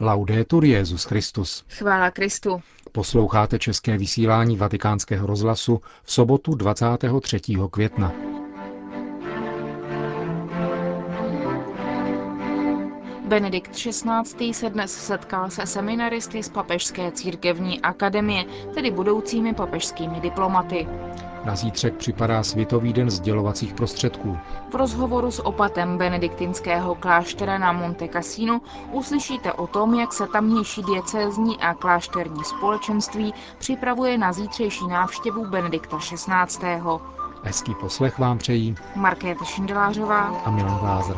Laudetur Jesus Christus. Chvála Kristu. Posloucháte české vysílání Vatikánského rozhlasu v sobotu 23. května. Benedikt XVI. Se dnes setkal se seminaristy z Papežské církevní akademie, tedy budoucími papežskými diplomaty. Na zítřek připadá Světový den sdělovacích prostředků. V rozhovoru s opatem benediktinského kláštera na Monte Cassino uslyšíte o tom, jak se tamnější diecézní a klášterní společenství připravuje na zítřejší návštěvu Benedikta XVI. Hezký poslech vám přejí Markéta Šindelářová a Milan Glázer.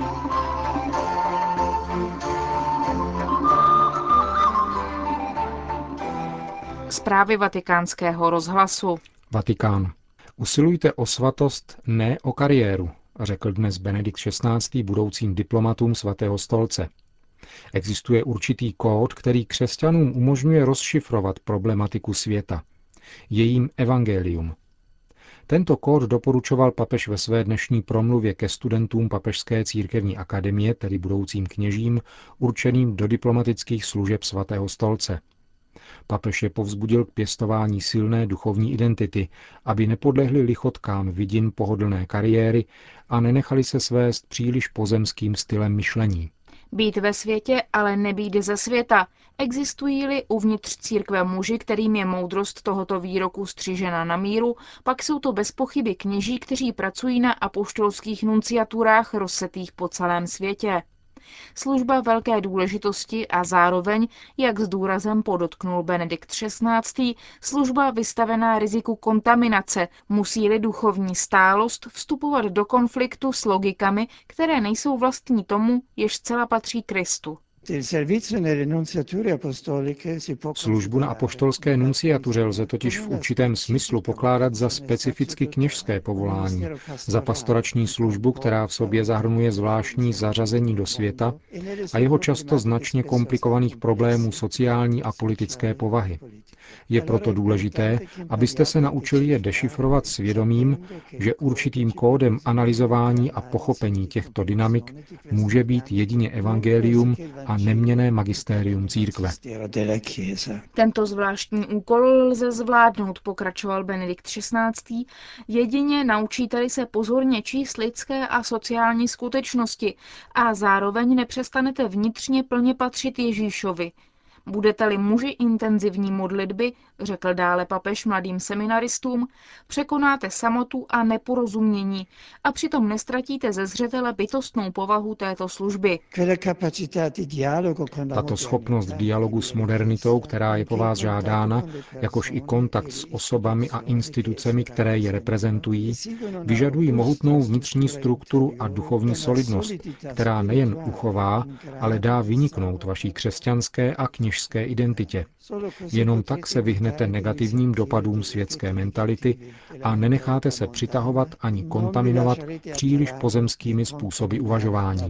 Zprávy Vatikánského rozhlasu. Vatikán. Usilujte o svatost, ne o kariéru, řekl dnes Benedikt XVI. Budoucím diplomatům Svatého stolce. Existuje určitý kód, který křesťanům umožňuje rozšifrovat problematiku světa. Je jím evangelium. Tento kód doporučoval papež ve své dnešní promluvě ke studentům Papežské církevní akademie, tedy budoucím kněžím, určeným do diplomatických služeb Svatého stolce. Papež je povzbudil k pěstování silné duchovní identity, aby nepodlehli lichotkám vidin pohodlné kariéry a nenechali se svést příliš pozemským stylem myšlení. Být ve světě, ale nebýt ze světa. Existují-li uvnitř církve muži, kterým je moudrost tohoto výroku střižena na míru, pak jsou to bez pochyby kněží, kteří pracují na apoštolských nunciaturách rozsetých po celém světě. Služba velké důležitosti a zároveň, jak s důrazem podotknul Benedikt XVI., služba vystavená riziku kontaminace, musí-li duchovní stálost vstupovat do konfliktu s logikami, které nejsou vlastní tomu, jež zcela patří Kristu. Službu na apoštolské nunciatuře lze totiž v určitém smyslu pokládat za specificky kněžské povolání, za pastorační službu, která v sobě zahrnuje zvláštní zařazení do světa a jeho často značně komplikovaných problémů sociální a politické povahy. Je proto důležité, abyste se naučili je dešifrovat svědomím, že určitým kódem analyzování a pochopení těchto dynamik může být jedině evangelium a neměnné magistérium církve. Tento zvláštní úkol lze zvládnout, pokračoval Benedikt XVI., jedině naučíte-li se pozorně číst lidské a sociální skutečnosti a zároveň nepřestanete vnitřně plně patřit Ježíšovi. Budete-li muži intenzivní modlitby, řekl dále papež mladým seminaristům, překonáte samotu a neporozumění a přitom nestratíte ze zřetele bytostnou povahu této služby. Tato schopnost dialogu s modernitou, která je po vás žádána, jakož i kontakt s osobami a institucemi, které je reprezentují, vyžadují mohutnou vnitřní strukturu a duchovní solidnost, která nejen uchová, ale dá vyniknout vaší křesťanské a kněžské identitě. Jenom tak se vyhnete negativním dopadům světské mentality a nenecháte se přitahovat ani kontaminovat příliš pozemskými způsoby uvažování.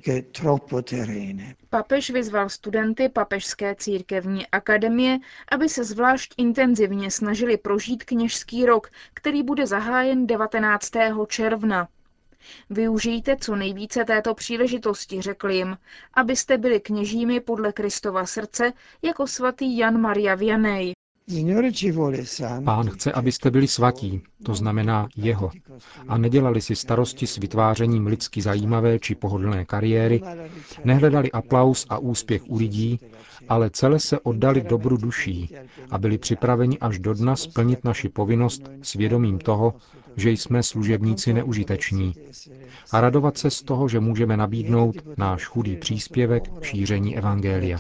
Papež vyzval studenty Papežské církevní akademie, aby se zvlášť intenzivně snažili prožít kněžský rok, který bude zahájen 19. června. Využijte co nejvíce této příležitosti, řekl jim, abyste byli kněžími podle Kristova srdce, jako svatý Jan Maria Vianney. Pán chce, abyste byli svatí, to znamená jeho, a nedělali si starosti s vytvářením lidsky zajímavé či pohodlné kariéry, nehledali aplaus a úspěch u lidí, ale celé se oddali dobru duší a byli připraveni až do dna splnit naši povinnost s vědomím toho, že jsme služebníci neužiteční, a radovat se z toho, že můžeme nabídnout náš chudý příspěvek v šíření evangelia.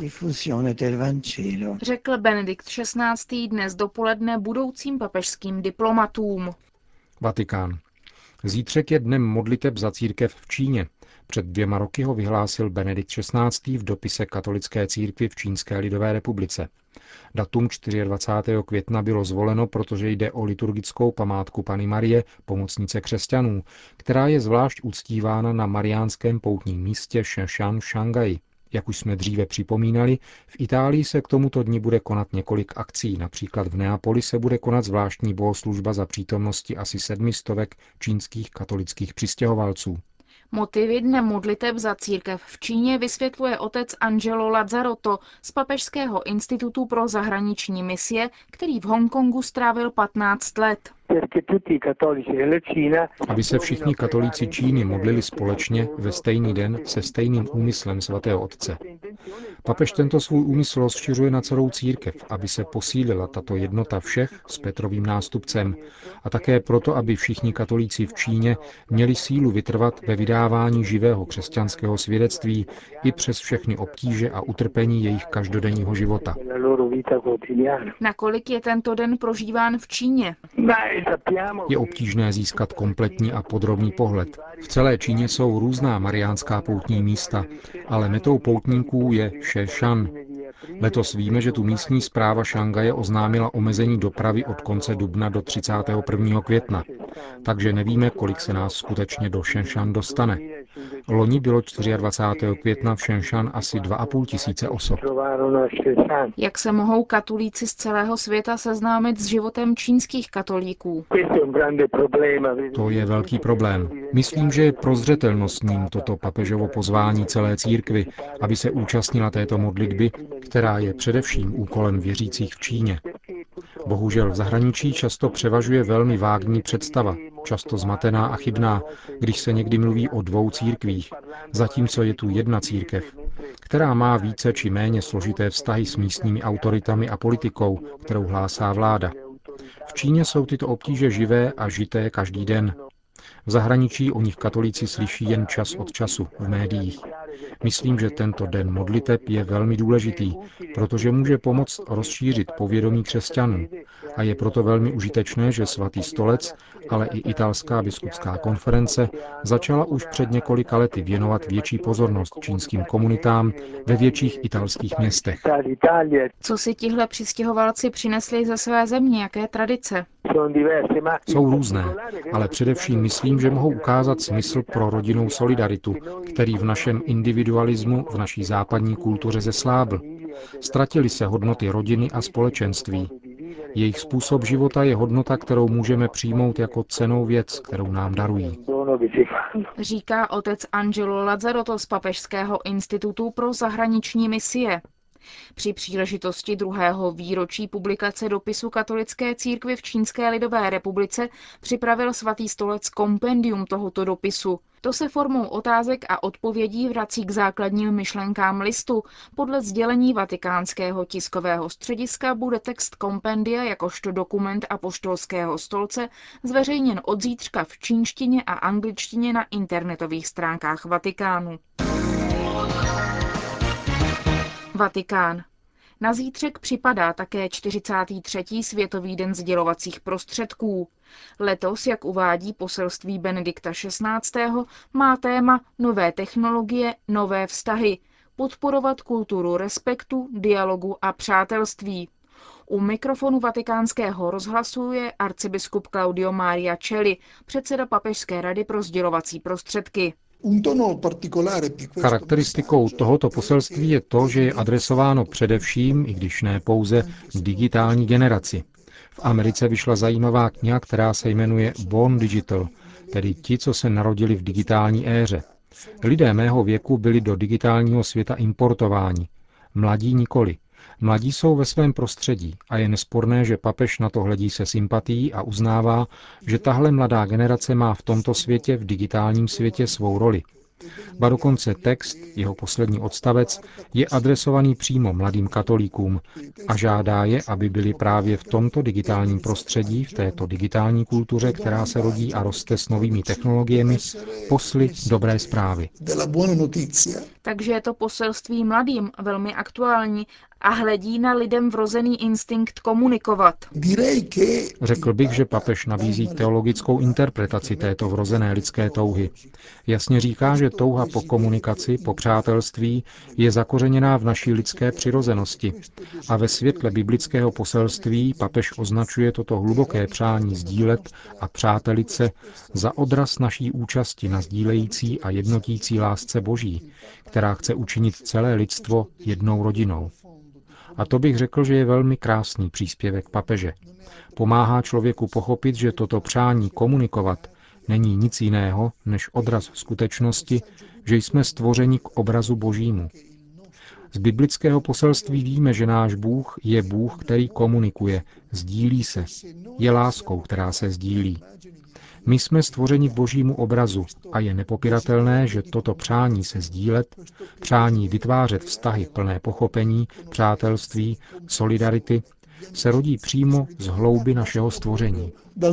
Řekl Benedikt XVI. Dnes dopoledne budoucím papežským diplomatům. Vatikán. Zítřek je dnem modliteb za církev v Číně. Před 2 roky ho vyhlásil Benedikt XVI. V dopise katolické církvi v Čínské lidové republice. Datum 24. května bylo zvoleno, protože jde o liturgickou památku Panny Marie, pomocnice křesťanů, která je zvlášť uctívána na mariánském poutním místě Shenshan v Šanghaji. Jak už jsme dříve připomínali, v Itálii se k tomuto dni bude konat několik akcí. Například v Neapoli se bude konat zvláštní bohoslužba za přítomnosti asi 700 čínských katolických přistěhovalců. Motivy dne modliteb za církev v Číně vysvětluje otec Angelo Lazzarotto z Papežského institutu pro zahraniční misie, který v Hongkongu strávil 15 let. Aby se všichni katolíci Číny modlili společně ve stejný den se stejným úmyslem svatého otce. Papež tento svůj úmysl rozšiřuje na celou církev, aby se posílila tato jednota všech s Petrovým nástupcem a také proto, aby všichni katolíci v Číně měli sílu vytrvat ve vydávání živého křesťanského svědectví i přes všechny obtíže a utrpení jejich každodenního života. Nakolik je tento den prožíván v Číně? Je obtížné získat kompletní a podrobný pohled. V celé Číně jsou různá mariánská poutní místa, ale metou poutníků je Šešan. Letos víme, že tu místní správa Šanghaje oznámila omezení dopravy od konce dubna do 31. května, takže nevíme, kolik se nás skutečně do Šešan dostane. Loni bylo 24. května v Šešan asi 2,5 tisíce osob. Jak se mohou katolíci z celého světa seznámit s životem čínských katolíků? To je velký problém. Myslím, že je prozřetelnostním toto papežovo pozvání celé církvi, aby se účastnila této modlitby, která je především úkolem věřících v Číně. Bohužel v zahraničí často převažuje velmi vágní představa, často zmatená a chybná, když se někdy mluví o dvou církvích, zatímco je tu jedna církev, která má více či méně složité vztahy s místními autoritami a politikou, kterou hlásá vláda. V Číně jsou tyto obtíže živé a žité každý den. V zahraničí o nich katolíci slyší jen čas od času v médiích. Myslím, že tento den modliteb je velmi důležitý, protože může pomoct rozšířit povědomí křesťanů. A je proto velmi užitečné, že Svatý stolec, ale i italská biskupská konference začala už před několika lety věnovat větší pozornost čínským komunitám ve větších italských městech. Co si tihle přistěhovalci přinesli ze své země, jaké tradice? Jsou různé, ale především myslím, že mohou ukázat smysl pro rodinnou solidaritu, který v našem individualismu, v naší západní kultuře zeslábl. Ztratily se hodnoty rodiny a společenství. Jejich způsob života je hodnota, kterou můžeme přijmout jako cennou věc, kterou nám darují. Říká otec Angelo Lazzarotto z Papežského institutu pro zahraniční misie. Při příležitosti 2. výročí publikace dopisu katolické církvi v Čínské lidové republice připravil Svatý stolec kompendium tohoto dopisu. To se formou otázek a odpovědí vrací k základním myšlenkám listu. Podle sdělení Vatikánského tiskového střediska bude text kompendia jakožto dokument apoštolského stolce zveřejněn od zítřka v čínštině a angličtině na internetových stránkách Vatikánu. Vatikán. Na zítřek připadá také 43. Světový den sdělovacích prostředků. Letos, jak uvádí poselství Benedikta XVI., má téma nové technologie, nové vztahy, podporovat kulturu respektu, dialogu a přátelství. U mikrofonu Vatikánského rozhlasu je arcibiskup Claudio Maria Celli, předseda Papežské rady pro sdělovací prostředky. Charakteristikou tohoto poselství je to, že je adresováno především, i když ne pouze, k digitální generaci. V Americe vyšla zajímavá kniha, která se jmenuje Born Digital, tedy ti, co se narodili v digitální éře. Lidé mého věku byli do digitálního světa importováni. Mladí nikoli. Mladí jsou ve svém prostředí a je nesporné, že papež na to hledí se sympatií a uznává, že tahle mladá generace má v tomto světě, v digitálním světě, svou roli. Ba dokonce text, jeho poslední odstavec, je adresovaný přímo mladým katolíkům a žádá je, aby byli právě v tomto digitálním prostředí, v této digitální kultuře, která se rodí a roste s novými technologiemi, posly dobré zprávy. Takže je to poselství mladým, velmi aktuální a hledí na lidem vrozený instinkt komunikovat. Řekl bych, že papež nabízí teologickou interpretaci této vrozené lidské touhy. Jasně říká, že touha po komunikaci, po přátelství je zakořeněná v naší lidské přirozenosti a ve světle biblického poselství papež označuje toto hluboké přání sdílet a přátelit se za odraz naší účasti na sdílející a jednotící lásce Boží, která chce učinit celé lidstvo jednou rodinou. A to bych řekl, že je velmi krásný příspěvek papeže. Pomáhá člověku pochopit, že toto přání komunikovat není nic jiného než odraz skutečnosti, že jsme stvořeni k obrazu Božímu. Z biblického poselství víme, že náš Bůh je Bůh, který komunikuje, sdílí se, je láskou, která se sdílí. My jsme stvořeni k Božímu obrazu a je nepopiratelné, že toto přání se sdílet, přání vytvářet vztahy plné pochopení, přátelství, solidarity, se rodí přímo z hloubi našeho stvoření.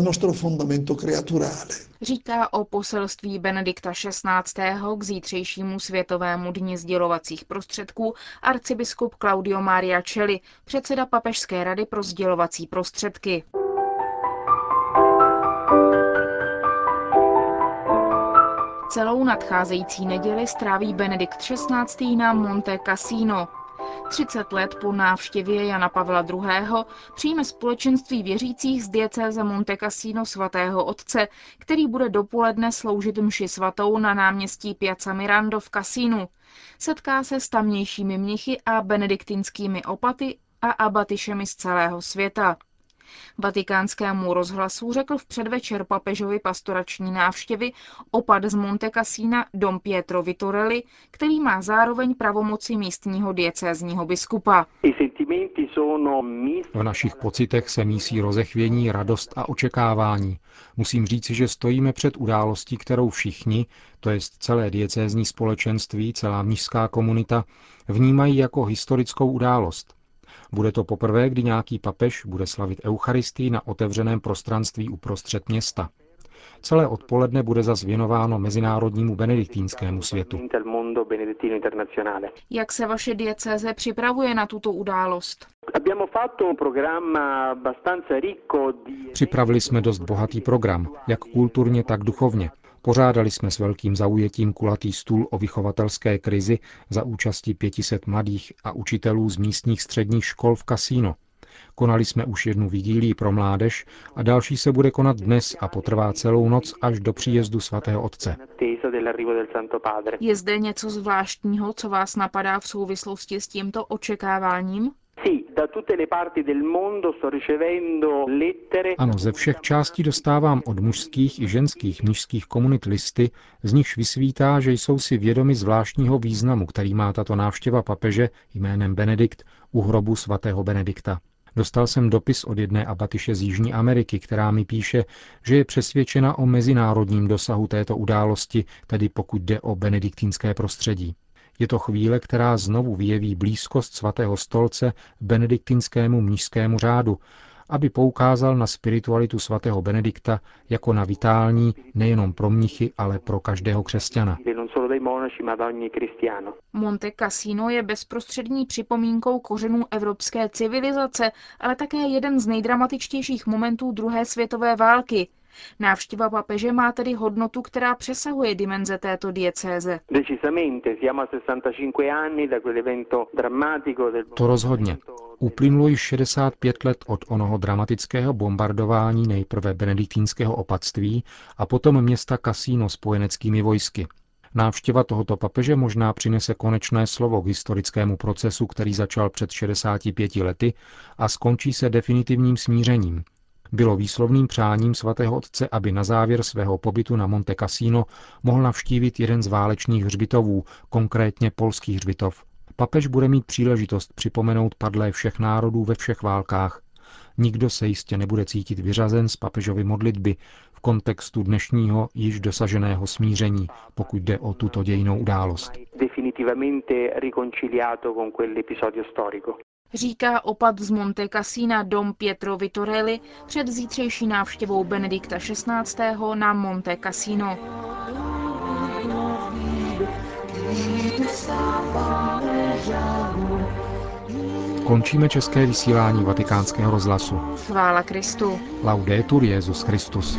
Říká o poselství Benedikta XVI. K zítřejšímu Světovému dni sdělovacích prostředků arcibiskup Claudio Maria Celli, předseda Papežské rady pro sdělovací prostředky. Celou nadcházející neděli stráví Benedikt XVI. Na Monte Cassino. 30 let po návštěvě Jana Pavla II. Přijme společenství věřících z diecéze Monte Cassino svatého otce, který bude dopoledne sloužit mši svatou na náměstí Piazza Mirando v Cassinu. Setká se s tamnějšími mnichy a benediktinskými opaty a abatyšemi z celého světa. Vatikánskému rozhlasu řekl v předvečer papežovy pastorační návštěvy opat z Monte Cassina Dom Pietro Vitorelli, který má zároveň pravomoci místního diecézního biskupa. V našich pocitech se mísí rozechvění, radost a očekávání. Musím říci, že stojíme před událostí, kterou všichni, to jest celé diecézní společenství, celá mnišská komunita, vnímají jako historickou událost. Bude to poprvé, kdy nějaký papež bude slavit eucharistii na otevřeném prostranství uprostřed města. Celé odpoledne bude zas věnováno mezinárodnímu benediktínskému světu. Jak se vaše diecéze připravuje na tuto událost? Připravili jsme dost bohatý program, jak kulturně, tak duchovně. Pořádali jsme s velkým zaujetím kulatý stůl o vychovatelské krizi za účasti 500 mladých a učitelů z místních středních škol v Cassino. Konali jsme už jednu vigílii pro mládež a další se bude konat dnes a potrvá celou noc až do příjezdu svatého otce. Je zde něco zvláštního, co vás napadá v souvislosti s tímto očekáváním? Ano, ze všech částí dostávám od mužských i ženských mnišských komunit listy, z nichž vysvítá, že jsou si vědomi zvláštního významu, který má tato návštěva papeže jménem Benedikt u hrobu svatého Benedikta. Dostal jsem dopis od jedné abatyše z Jižní Ameriky, která mi píše, že je přesvědčena o mezinárodním dosahu této události, tedy pokud jde o benediktínské prostředí. Je to chvíle, která znovu vyjeví blízkost svatého stolce benediktinskému mnišskému řádu, aby poukázal na spiritualitu svatého Benedikta jako na vitální nejenom pro mnichy, ale pro každého křesťana. Monte Cassino je bezprostřední připomínkou kořenů evropské civilizace, ale také jeden z nejdramatičtějších momentů druhé světové války. Návštěva papeže má tedy hodnotu, která přesahuje dimenze této diecéze. To rozhodně. Uplynulo již 65 let od onoho dramatického bombardování nejprve benediktínského opatství a potom města Cassino spojeneckými vojsky. Návštěva tohoto papeže možná přinese konečné slovo k historickému procesu, který začal před 65 lety a skončí se definitivním smířením. Bylo výslovným přáním svatého otce, aby na závěr svého pobytu na Monte Cassino mohl navštívit jeden z válečných hřbitovů, konkrétně polský hřbitov. Papež bude mít příležitost připomenout padlé všech národů ve všech válkách. Nikdo se jistě nebude cítit vyřazen z papežovy modlitby v kontextu dnešního již dosaženého smíření, pokud jde o tuto dějinnou událost. Říká opat z Monte Cassina Dom Pietro Vitorelli před zítřejší návštěvou Benedikta XVI. Na Monte Cassino. Končíme české vysílání Vatikánského rozhlasu. Chvála Kristu. Laudetur Jesus Christus.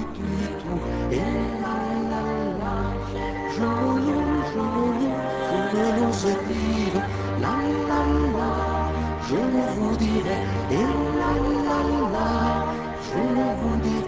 Je vous dirai, et la la la, je vous dirai.